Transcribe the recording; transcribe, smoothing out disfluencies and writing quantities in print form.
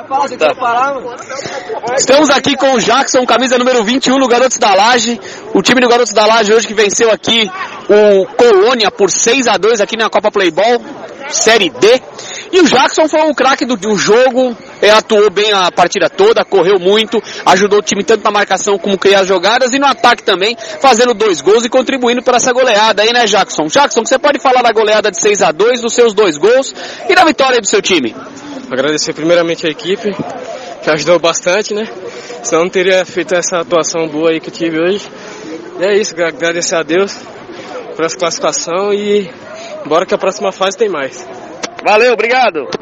Estamos aqui com o Jackson, camisa número 21 no Garotos da Laje. O time do Garotos da Laje hoje que venceu aqui o Colônia por 6-2 aqui na Copa Playball, Série D. E o Jackson foi o craque do jogo, atuou bem a partida toda, correu muito, ajudou o time tanto na marcação como criar as jogadas e no ataque também, fazendo 2 gols e contribuindo para essa goleada aí, né, Jackson? Jackson, você pode falar da goleada de 6-2, dos seus 2 gols e da vitória aí do seu time? Agradecer primeiramente a equipe, que ajudou bastante, né? Senão não teria feito essa atuação boa aí que eu tive hoje. E é isso, agradecer a Deus por essa classificação e bora que a próxima fase tem mais. Valeu, obrigado!